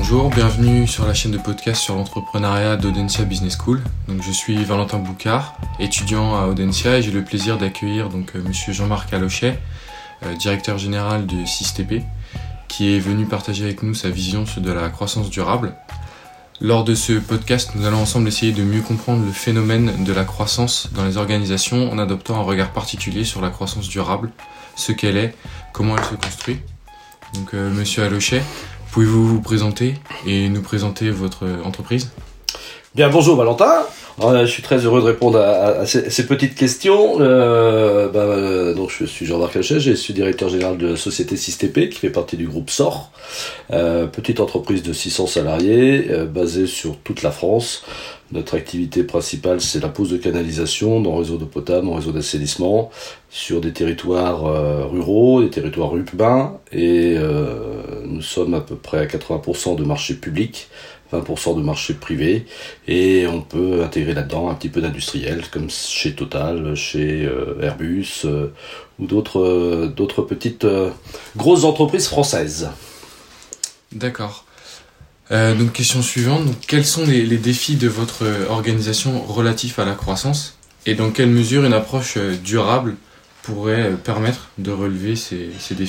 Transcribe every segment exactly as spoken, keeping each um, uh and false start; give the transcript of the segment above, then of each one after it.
Bonjour, bienvenue sur la chaîne de podcast sur l'entrepreneuriat d'Audencia Business School. Donc, je suis Valentin Boucard, étudiant à Audencia et j'ai le plaisir d'accueillir donc euh, Monsieur Jean-Marc Allochet, euh, directeur général de six T P, qui est venu partager avec nous sa vision de la croissance durable. Lors de ce podcast, nous allons ensemble essayer de mieux comprendre le phénomène de la croissance dans les organisations en adoptant un regard particulier sur la croissance durable, ce qu'elle est, comment elle se construit. Donc, euh, Monsieur Allochet, pouvez-vous vous présenter et nous présenter votre entreprise ? Bien, bonjour Valentin. Alors, je suis très heureux de répondre à, à ces, ces petites questions. Euh, bah, euh, donc, je suis Jean-Marc Allochet, je suis directeur général de la société six T P qui fait partie du groupe S O R. Euh, petite entreprise de six cents salariés euh, basée sur toute la France. Notre activité principale, c'est la pose de canalisation dans le réseau d'eau potable, dans le réseau d'assainissement, sur des territoires euh, ruraux, des territoires urbains, et euh, nous sommes à peu près à quatre-vingts pour cent de marché public, vingt pour cent de marché privé, et on peut intégrer là-dedans un petit peu d'industriel, comme chez Total, chez euh, Airbus, euh, ou d'autres, euh, d'autres petites euh, grosses entreprises françaises. D'accord. Euh, donc question suivante, donc, quels sont les, les défis de votre organisation relatifs à la croissance et dans quelle mesure une approche euh, durable pourrait euh, permettre de relever ces, ces défis ?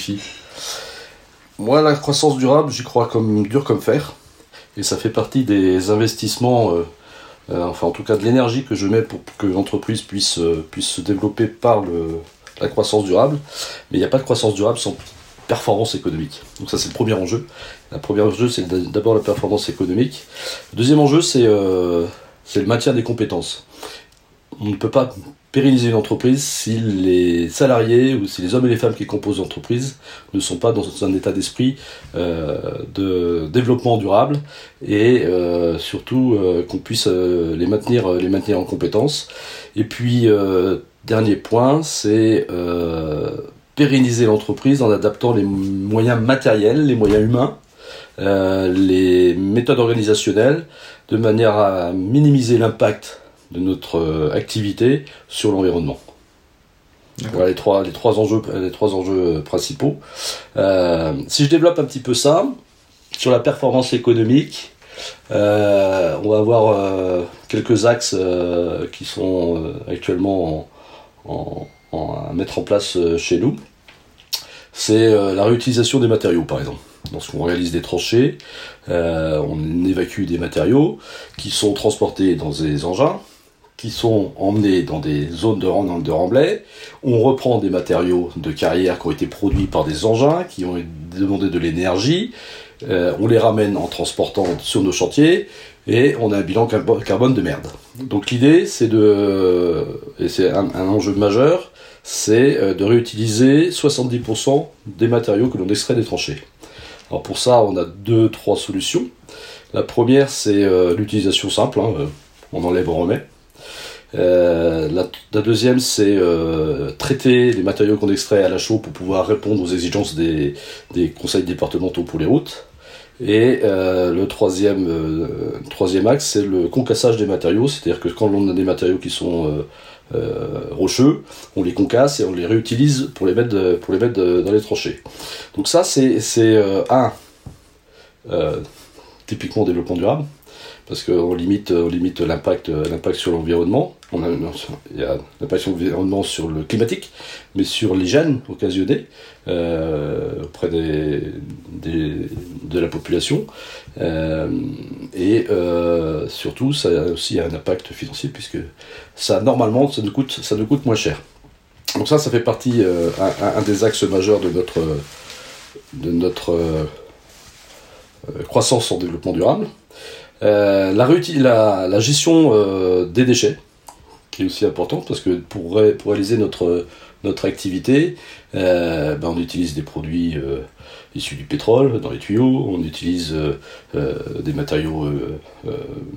Moi, la croissance durable, j'y crois comme dur comme fer, et ça fait partie des investissements, euh, euh, enfin en tout cas de l'énergie que je mets pour que l'entreprise puisse, euh, puisse se développer par le, la croissance durable, mais il n'y a pas de croissance durable sans performance économique. Donc ça, c'est le premier enjeu. Le premier enjeu, c'est d'abord la performance économique. Le deuxième enjeu, c'est, euh, c'est le maintien des compétences. On ne peut pas pérenniser une entreprise si les salariés ou si les hommes et les femmes qui composent l'entreprise ne sont pas dans un état d'esprit euh, de développement durable et euh, surtout euh, qu'on puisse euh, les maintenir, les maintenir en compétences. Et puis, euh, dernier point, c'est euh, pérenniser l'entreprise en adaptant les moyens matériels, les moyens humains, euh, les méthodes organisationnelles, de manière à minimiser l'impact de notre euh, activité sur l'environnement. Voilà les trois, les trois enjeux, les trois enjeux principaux. Euh, si je développe un petit peu ça, sur la performance économique, euh, on va avoir euh, quelques axes euh, qui sont euh, actuellement en, en à mettre en place chez nous. C'est euh, la réutilisation des matériaux, par exemple. Lorsqu'on réalise des tranchées, euh, on évacue des matériaux qui sont transportés dans des engins, qui sont emmenés dans des zones de, rem- de remblai. On reprend des matériaux de carrière qui ont été produits par des engins, qui ont demandé de l'énergie. Euh, on les ramène en transportant sur nos chantiers et on a un bilan carbone de merde. Donc l'idée, c'est de, et c'est un, un enjeu majeur, c'est de réutiliser soixante-dix pour cent des matériaux que l'on extrait des tranchées. Alors pour ça, on a deux, trois solutions. La première, c'est euh, l'utilisation simple, hein, on enlève, on remet. Euh, la, la deuxième, c'est euh, traiter les matériaux qu'on extrait à la chaux pour pouvoir répondre aux exigences des, des conseils départementaux pour les routes. Et euh, le troisième, euh, troisième axe, c'est le concassage des matériaux, c'est-à-dire que quand on a des matériaux qui sont euh, euh, rocheux, on les concasse et on les réutilise pour les mettre, de, pour les mettre de, dans les tranchées. Donc ça, c'est, c'est euh, un, euh, typiquement développement durable, parce qu'on limite, on limite l'impact, l'impact sur l'environnement. On a, il y a l'impact sur l'environnement sur le climatique, mais sur les gènes occasionnés euh, auprès des, des, de la population. Euh, et euh, surtout, ça a aussi un impact financier, puisque ça, normalement, ça nous coûte, ça nous coûte moins cher. Donc ça, ça fait partie, euh, un, un des axes majeurs de notre, de notre euh, croissance en développement durable. Euh, la, réutil- la, la gestion euh, des déchets, qui est aussi importante, parce que pour, ré- pour réaliser notre, notre activité, euh, ben on utilise des produits euh, issus du pétrole dans les tuyaux, on utilise euh, euh, des matériaux euh, euh,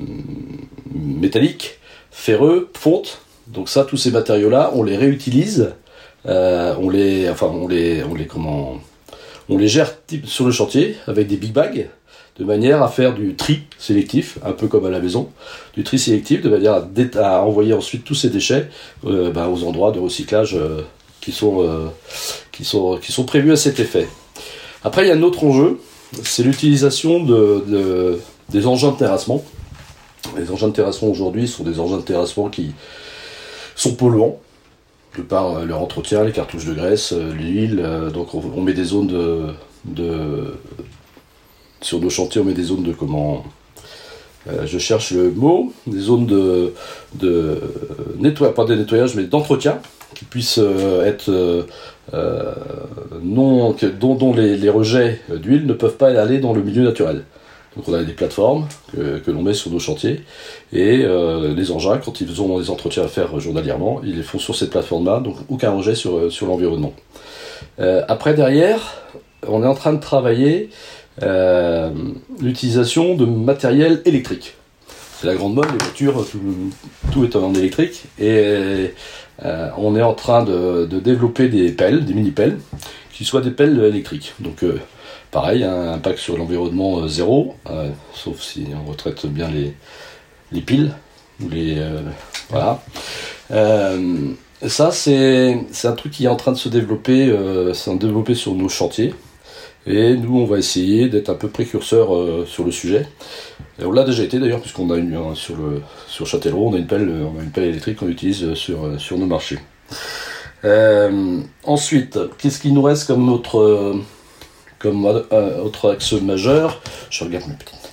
métalliques, ferreux, fonte. Donc ça, tous ces matériaux-là, on les réutilise, euh, on les, enfin, on les, on les, comment, on les gère sur le chantier avec des big bags, de manière à faire du tri sélectif, un peu comme à la maison, du tri sélectif, de manière à, dé- à envoyer ensuite tous ces déchets euh, bah, aux endroits de recyclage euh, qui, sont, euh, qui, sont, qui sont prévus à cet effet. Après, il y a un autre enjeu, c'est l'utilisation de, de, des engins de terrassement. Les engins de terrassement aujourd'hui sont des engins de terrassement qui sont polluants, de par leur entretien, les cartouches de graisse, l'huile. Donc on, on met des zones de, de... Sur nos chantiers, on met des zones de comment... Euh, je cherche le mot, des zones de, de nettoyage, pas de nettoyage, mais d'entretien, qui puissent euh, être euh, euh, non, que, dont, dont les, les rejets d'huile ne peuvent pas aller dans le milieu naturel. Donc on a des plateformes que, que l'on met sur nos chantiers, et euh, les engins, quand ils ont des entretiens à faire journalièrement, ils les font sur cette plateforme-là, donc aucun rejet sur, sur l'environnement. Euh, après, derrière, on est en train de travailler Euh, l'utilisation de matériel électrique. C'est la grande mode, les voitures, tout, tout est en électrique, et euh, on est en train de, de développer des pelles, des mini-pelles, qui soient des pelles électriques. Donc euh, pareil, un impact sur l'environnement euh, zéro, euh, sauf si on retraite bien les, les piles, ou les... Euh, voilà. Euh, ça, c'est, c'est un truc qui est en train de se développer, euh, c'est en développer sur nos chantiers. Et nous, on va essayer d'être un peu précurseurs euh, sur le sujet. Et on l'a déjà été d'ailleurs, puisqu'on a une euh, sur le sur Châtellerault, on a une pelle, on a une pelle électrique qu'on utilise sur euh, sur nos marchés. Euh, ensuite, qu'est-ce qu'il nous reste comme autre euh, comme euh, autre axe majeur ? Je regarde mes petites.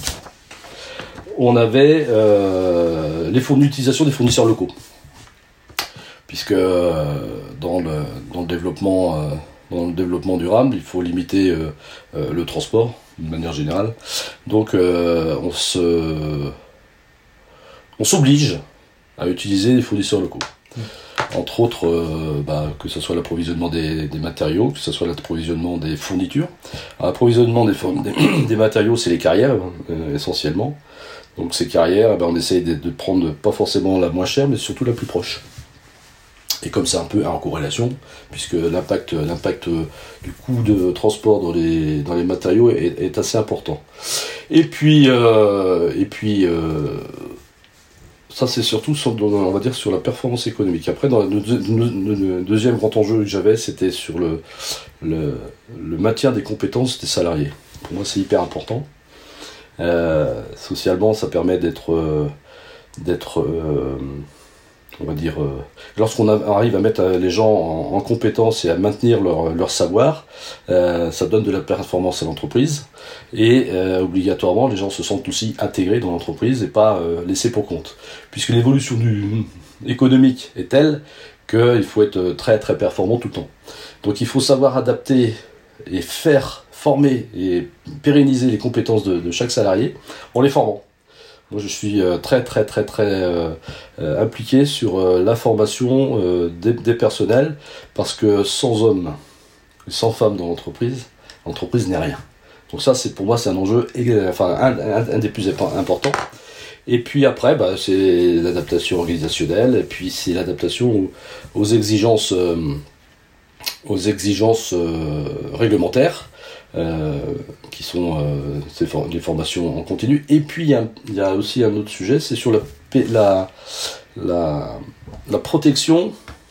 On avait euh, les fourn- l'utilisation des fournisseurs locaux, puisque euh, dans le dans le développement euh, Dans le développement durable, il faut limiter euh, euh, le transport, d'une manière générale. Donc, euh, on se, on s'oblige à utiliser des fournisseurs locaux. Mmh. Entre autres, euh, bah, que ce soit l'approvisionnement des, des matériaux, que ce soit l'approvisionnement des fournitures. Alors, l'approvisionnement des, des, des matériaux, c'est les carrières, euh, essentiellement. Donc, ces carrières, eh ben, on essaye de, de prendre pas forcément la moins chère, mais surtout la plus proche. Et comme c'est un peu en corrélation, puisque l'impact, l'impact du coût de transport dans les, dans les matériaux est, est assez important. Et puis, euh, et puis euh, ça c'est surtout sur, on va dire, sur la performance économique. Après, dans le, le, le deuxième grand enjeu que j'avais, c'était sur le, le, le maintien des compétences des salariés. Pour moi, c'est hyper important. Euh, socialement, ça permet d'être... Euh, d'être euh, on va dire, euh, lorsqu'on a, arrive à mettre les gens en, en compétence et à maintenir leur, leur savoir, euh, ça donne de la performance à l'entreprise, et euh, obligatoirement les gens se sentent aussi intégrés dans l'entreprise et pas euh, laissés pour compte, puisque l'évolution du, économique est telle qu'il faut être très très performant tout le temps. Donc il faut savoir adapter et faire former et pérenniser les compétences de, de chaque salarié en les formant. Moi, je suis euh, très, très, très, très euh, euh, impliqué sur euh, la formation euh, des, des personnels, parce que sans hommes et sans femmes dans l'entreprise, l'entreprise n'est rien. Donc ça, c'est pour moi, c'est un enjeu, enfin, un, un, un des plus importants. Et puis après, bah, c'est l'adaptation organisationnelle, et puis c'est l'adaptation aux, aux exigences, euh, aux exigences euh, réglementaires. Euh, qui sont euh, for- des formations en continu. Et puis il y, y a aussi un autre sujet, c'est sur la, la, la, la protection,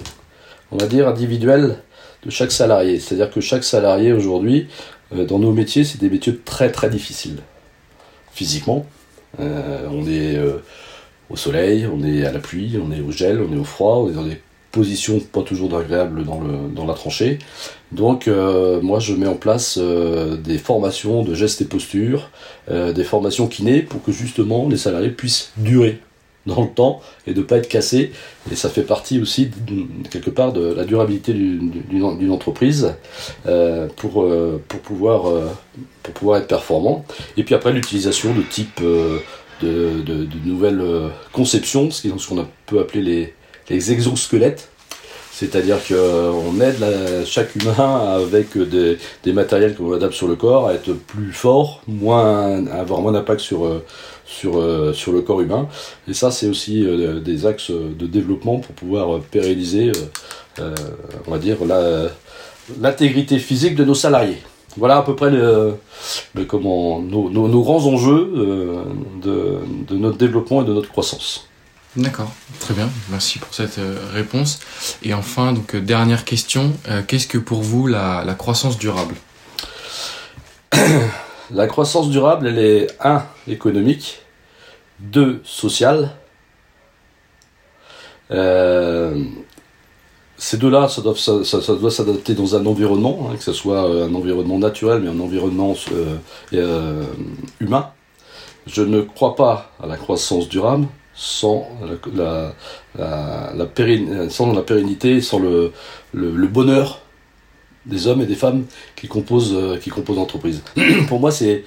on va dire, individuelle de chaque salarié. C'est-à-dire que chaque salarié aujourd'hui, euh, dans nos métiers, c'est des métiers très très difficiles. Physiquement, euh, on est euh, au soleil, on est à la pluie, on est au gel, on est au froid, on est dans des position pas toujours agréable dans, le, dans la tranchée. Donc euh, moi je mets en place euh, des formations de gestes et postures, euh, des formations kiné, pour que justement les salariés puissent durer dans le temps et de ne pas être cassés. Et ça fait partie aussi de, quelque part de la durabilité du, d'une, d'une entreprise euh, pour, euh, pour, pouvoir, euh, pour pouvoir être performant. Et puis après l'utilisation de types euh, de, de, de nouvelles euh, conceptions, ce qu'on peut appeler les les exosquelettes, c'est-à-dire qu'on aide la, chaque humain avec des, des matériels qu'on adapte sur le corps à être plus fort, moins, à avoir moins d'impact sur, sur, sur le corps humain. Et ça, c'est aussi euh, des axes de développement pour pouvoir pérenniser, euh, on va dire, la, l'intégrité physique de nos salariés. Voilà à peu près le, le, comment, nos, nos, nos grands enjeux euh, de, de notre développement et de notre croissance. D'accord, très bien, merci pour cette euh, réponse. Et enfin, donc euh, dernière question, euh, qu'est-ce que pour vous la, la croissance durable ? La croissance durable, elle est un, économique, deux, sociale. Euh, ces deux-là, ça doit, ça, ça, ça doit s'adapter dans un environnement, hein, que ce soit un environnement naturel, mais un environnement euh, euh, humain. Je ne crois pas à la croissance durable sans la, la, la, la, pérén, sans la pérennité, sans le, le, le bonheur des hommes et des femmes qui composent, euh, qui composent l'entreprise. Pour moi, c'est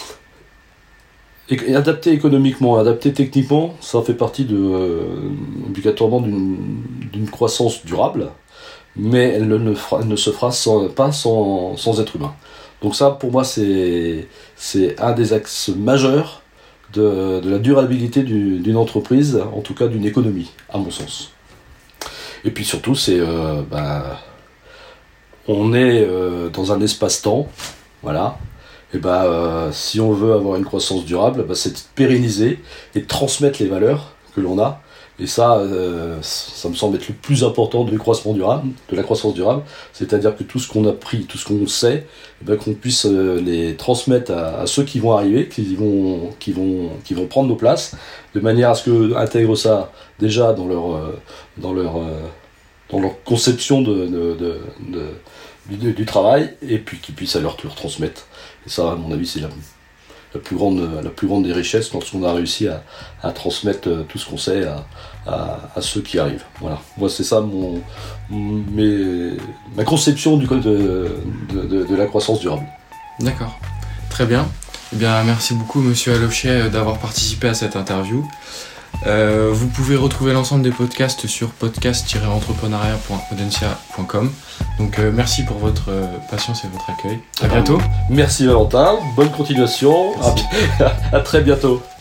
et adapté économiquement, adapté techniquement, ça fait partie de, euh, obligatoirement d'une, d'une croissance durable, mais elle ne, fera, elle ne se fera sans, pas sans, sans être humain. Donc ça, pour moi, c'est, c'est un des axes majeurs de, de la durabilité du, d'une entreprise, en tout cas d'une économie, à mon sens. Et puis surtout, c'est... Euh, bah, on est euh, dans un espace-temps, voilà. Et bah, euh, si on veut avoir une croissance durable, bah, c'est de pérenniser et de transmettre les valeurs que l'on a. Et ça, euh, ça me semble être le plus important du croissement durable, de la croissance durable. C'est-à-dire que tout ce qu'on a appris, tout ce qu'on sait, eh ben, qu'on puisse euh, les transmettre à, à ceux qui vont arriver, qui vont, qui vont, qui vont prendre nos places, de manière à ce qu'ils intègrent ça déjà dans leur, euh, dans leur, euh, dans leur conception de, de, de, de Du, du travail, et puis qu'ils puissent leur transmettre. Et ça, à mon avis, c'est la, la, plus, grande, la plus grande des richesses lorsqu'on a réussi à, à transmettre tout ce qu'on sait à, à, à ceux qui arrivent. Voilà. Moi, c'est ça mon, mes, ma conception du, de, de, de, de la croissance durable. D'accord. Très bien. Eh bien, merci beaucoup, monsieur Alochet, d'avoir participé à cette interview. Euh, vous pouvez retrouver l'ensemble des podcasts sur podcast tiret entrepreneuriat point audencia point com. Donc euh, merci pour votre euh, patience et votre accueil. À bientôt. Merci Valentin, bonne continuation. À, à très bientôt.